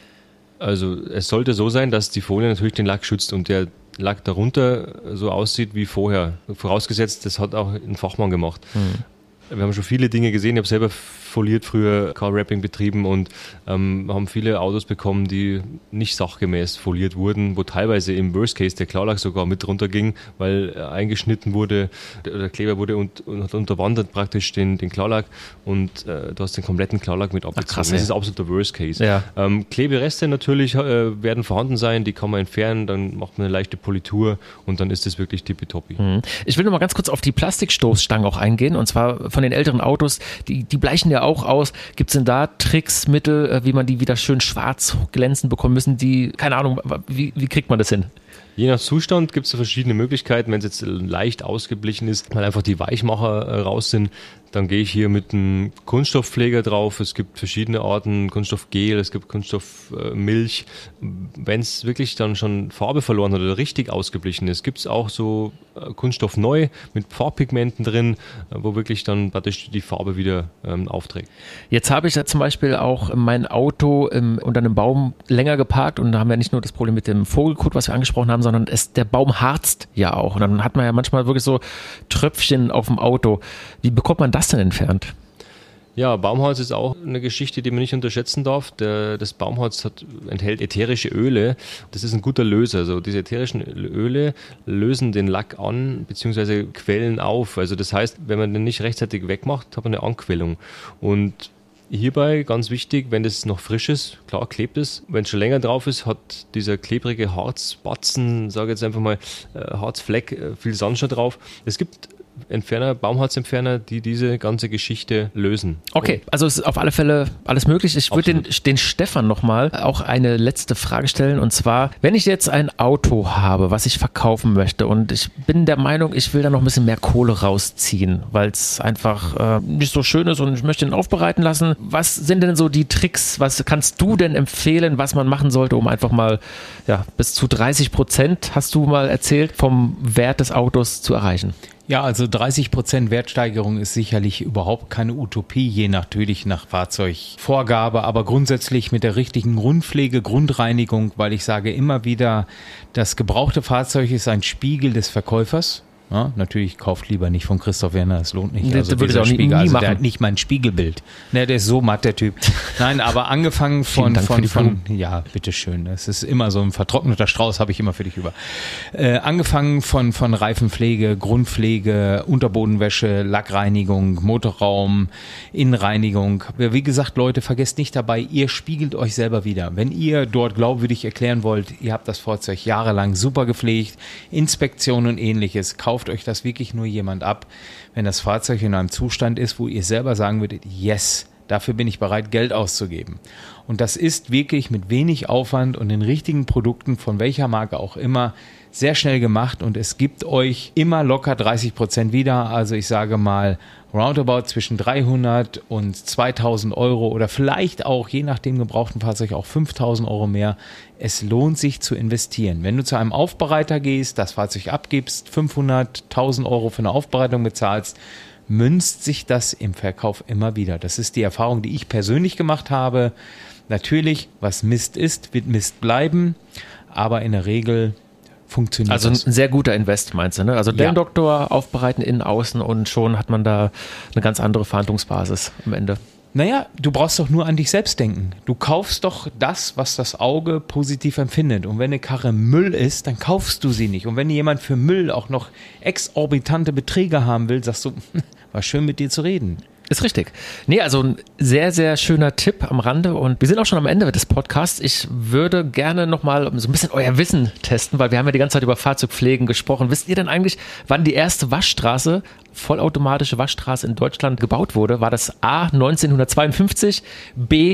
Also es sollte so sein, dass die Folie natürlich den Lack schützt und der Lack darunter so aussieht wie vorher. Vorausgesetzt, das hat auch ein Fachmann gemacht. Mhm. Wir haben schon viele Dinge gesehen, ich habe selber foliert früher, Car Wrapping betrieben und ähm, haben viele Autos bekommen, die nicht sachgemäß foliert wurden, wo teilweise im Worst Case der Klarlack sogar mit runterging, weil äh, eingeschnitten wurde, der, der Kleber wurde und, und hat unterwandert praktisch den, den Klarlack und äh, du hast den kompletten Klarlack mit abgezogen. Ach, krass, das ist absolut der Worst Case. Ja. Ähm, Klebereste natürlich äh, werden vorhanden sein, die kann man entfernen, dann macht man eine leichte Politur und dann ist das wirklich tippitoppi. Mhm. Ich will noch mal ganz kurz auf die Plastikstoßstangen auch eingehen, und zwar von den älteren Autos, die, die bleichen ja auch aus. Gibt es denn da Tricks, Mittel, wie man die wieder schön schwarz glänzend bekommen müssen? Die, keine Ahnung, wie, wie kriegt man das hin? Je nach Zustand gibt es verschiedene Möglichkeiten. Wenn es jetzt leicht ausgeblichen ist, weil einfach die Weichmacher raus sind, dann gehe ich hier mit einem Kunststoffpfleger drauf. Es gibt verschiedene Arten, Kunststoffgel, es gibt Kunststoffmilch. Wenn es wirklich dann schon Farbe verloren hat oder richtig ausgeblichen ist, gibt es auch so Kunststoff neu mit Farbpigmenten drin, wo wirklich dann praktisch die Farbe wieder ähm, aufträgt. Jetzt habe ich ja zum Beispiel auch mein Auto im, unter einem Baum länger geparkt und da haben wir nicht nur das Problem mit dem Vogelkot, was wir angesprochen haben, sondern es, der Baum harzt ja auch. Und dann hat man ja manchmal wirklich so Tröpfchen auf dem Auto. Wie bekommt man das denn entfernt? Ja, Baumharz ist auch eine Geschichte, die man nicht unterschätzen darf. Der, das Baumharz hat, enthält ätherische Öle. Das ist ein guter Löser. Also diese ätherischen Öle lösen den Lack an bzw. quellen auf. Also das heißt, wenn man den nicht rechtzeitig wegmacht, hat man eine Anquellung. Und hierbei ganz wichtig, wenn das noch frisch ist, klar klebt es. Wenn es schon länger drauf ist, hat dieser klebrige Harzbatzen, sage jetzt einfach mal Harzfleck, viel Sand schon drauf. Es gibt Entferner, Baumharzentferner, die diese ganze Geschichte lösen. Okay, also es ist auf alle Fälle alles möglich. Ich würde den, den Stefan nochmal auch eine letzte Frage stellen, und zwar, wenn ich jetzt ein Auto habe, was ich verkaufen möchte und ich bin der Meinung, ich will da noch ein bisschen mehr Kohle rausziehen, weil es einfach äh, nicht so schön ist und ich möchte ihn aufbereiten lassen. Was sind denn so die Tricks, was kannst du denn empfehlen, was man machen sollte, um einfach mal ja, bis zu dreißig Prozent, hast du mal erzählt, vom Wert des Autos zu erreichen? Ja, also dreißig Prozent Wertsteigerung ist sicherlich überhaupt keine Utopie, je natürlich nach Fahrzeugvorgabe, aber grundsätzlich mit der richtigen Grundpflege, Grundreinigung, weil ich sage immer wieder, das gebrauchte Fahrzeug ist ein Spiegel des Verkäufers. Ja, natürlich kauft lieber nicht von Christoph Werner, das lohnt nicht. Also das würde ich auch nie, Spiegel, nie also machen. Der hat nicht mein Spiegelbild. Ne, der ist so matt, der Typ. Nein, aber angefangen von, von, von, ja, bitteschön. Es ist immer so ein vertrockneter Strauß, habe ich immer für dich über. Äh, angefangen von, von Reifenpflege, Grundpflege, Unterbodenwäsche, Lackreinigung, Motorraum, Innenreinigung. Wie gesagt, Leute, vergesst nicht dabei, ihr spiegelt euch selber wieder. Wenn ihr dort glaubwürdig erklären wollt, ihr habt das Fahrzeug jahrelang super gepflegt, Inspektion und ähnliches, kauft euch das wirklich nur jemand ab, wenn das Fahrzeug in einem Zustand ist, wo ihr selber sagen würdet, yes, dafür bin ich bereit, Geld auszugeben. Und das ist wirklich mit wenig Aufwand und den richtigen Produkten, von welcher Marke auch immer, sehr schnell gemacht und es gibt euch immer locker dreißig Prozent wieder. Also ich sage mal roundabout zwischen dreihundert und zweitausend Euro oder vielleicht auch, je nach dem gebrauchten Fahrzeug, auch fünftausend Euro mehr. Es lohnt sich zu investieren. Wenn du zu einem Aufbereiter gehst, das Fahrzeug abgibst, fünfhundert, tausend Euro für eine Aufbereitung bezahlst, münzt sich das im Verkauf immer wieder. Das ist die Erfahrung, die ich persönlich gemacht habe. Natürlich, was Mist ist, wird Mist bleiben, aber in der Regel funktioniert also das. ein sehr guter Invest, meinst du, ne? Also den ja. Doktor aufbereiten, innen, außen und schon hat man da eine ganz andere Verhandlungsbasis am Ende. Naja, du brauchst doch nur an dich selbst denken. Du kaufst doch das, was das Auge positiv empfindet. Und wenn eine Karre Müll ist, dann kaufst du sie nicht. Und wenn jemand für Müll auch noch exorbitante Beträge haben will, sagst du, war schön mit dir zu reden. Ist richtig. Nee, also ein sehr, sehr schöner Tipp am Rande und wir sind auch schon am Ende des Podcasts. Ich würde gerne nochmal so ein bisschen euer Wissen testen, weil wir haben ja die ganze Zeit über Fahrzeugpflegen gesprochen. Wisst ihr denn eigentlich, wann die erste Waschstraße, vollautomatische Waschstraße in Deutschland gebaut wurde? War das A neunzehnhundertzweiundfünfzig, B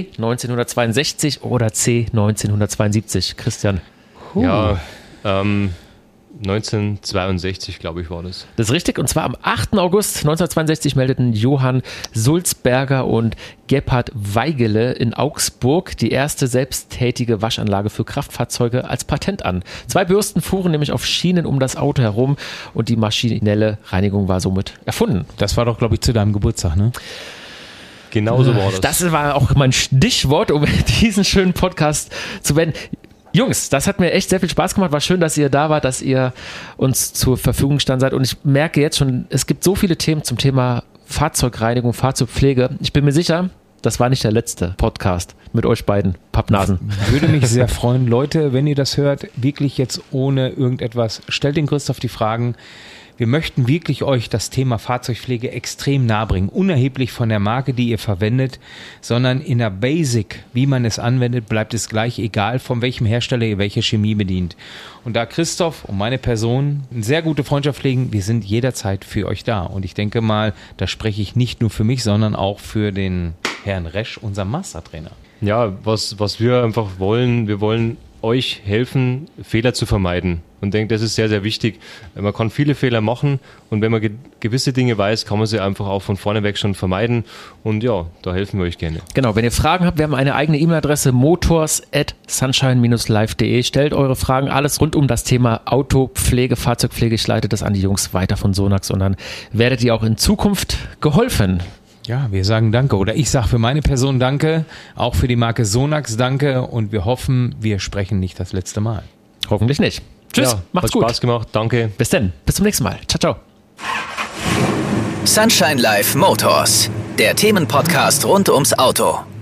neunzehnhundertzweiundsechzig oder C neunzehnhundertzweiundsiebzig? Christian? Huh. Ja, ähm... neunzehnhundertzweiundsechzig, glaube ich, war das. Das ist richtig. Und zwar am achten August neunzehnhundertzweiundsechzig meldeten Johann Sulzberger und Gebhard Weigele in Augsburg die erste selbsttätige Waschanlage für Kraftfahrzeuge als Patent an. Zwei Bürsten fuhren nämlich auf Schienen um das Auto herum und die maschinelle Reinigung war somit erfunden. Das war doch, glaube ich, zu deinem Geburtstag, ne? Genau so war das. Das war auch mein Stichwort, um diesen schönen Podcast zu beenden. Jungs, das hat mir echt sehr viel Spaß gemacht. War schön, dass ihr da wart, dass ihr uns zur Verfügung stand seid. Und ich merke jetzt schon, es gibt so viele Themen zum Thema Fahrzeugreinigung, Fahrzeugpflege. Ich bin mir sicher, das war nicht der letzte Podcast mit euch beiden Pappnasen. Würde mich sehr freuen. Leute, wenn ihr das hört, wirklich jetzt ohne irgendetwas, stellt den Christoph die Fragen. Wir möchten wirklich euch das Thema Fahrzeugpflege extrem nahe bringen, unerheblich von der Marke, die ihr verwendet, sondern in der Basic, wie man es anwendet, bleibt es gleich, egal von welchem Hersteller ihr welche Chemie bedient. Und da Christoph und meine Person eine sehr gute Freundschaft pflegen, wir sind jederzeit für euch da. Und ich denke mal, da spreche ich nicht nur für mich, sondern auch für den Herrn Resch, unseren Mastertrainer. Ja, was, was wir einfach wollen, wir wollen euch helfen, Fehler zu vermeiden. Und denke, das ist sehr, sehr wichtig. Man kann viele Fehler machen und wenn man ge- gewisse Dinge weiß, kann man sie einfach auch von vorne weg schon vermeiden. Und ja, da helfen wir euch gerne. Genau, wenn ihr Fragen habt, wir haben eine eigene E-Mail-Adresse motors at sunshine dash live punkt de. Stellt eure Fragen, alles rund um das Thema Autopflege, Fahrzeugpflege. Ich leite das an die Jungs weiter von Sonax und dann werdet ihr auch in Zukunft geholfen. Ja, wir sagen Danke oder ich sage für meine Person Danke, auch für die Marke Sonax Danke und wir hoffen, wir sprechen nicht das letzte Mal. Hoffentlich nicht. Tschüss, Ja, macht's hat gut. Spaß gemacht, danke. Bis dann, bis zum nächsten Mal. Ciao, ciao. Sunshine Live Motors, der Themenpodcast rund ums Auto.